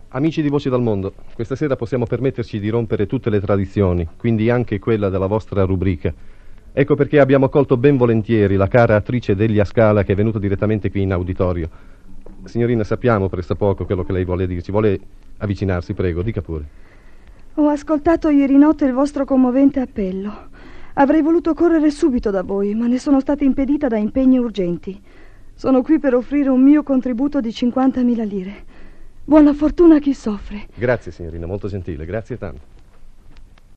Amici di Voci dal Mondo, questa sera possiamo permetterci di rompere tutte le tradizioni, quindi anche quella della vostra rubrica. Ecco perché abbiamo accolto ben volentieri la cara attrice Delia Scala, che è venuta direttamente qui in auditorio. Signorina, sappiamo pressappoco quello che lei vuole dirci. Vuole avvicinarsi, prego, dica pure. Ho ascoltato ieri notte il vostro commovente appello. Avrei voluto correre subito da voi, ma ne sono stata impedita da impegni urgenti. Sono qui per offrire un mio contributo di 50.000 lire. Buona fortuna a chi soffre. Grazie, signorina, molto gentile, grazie tanto.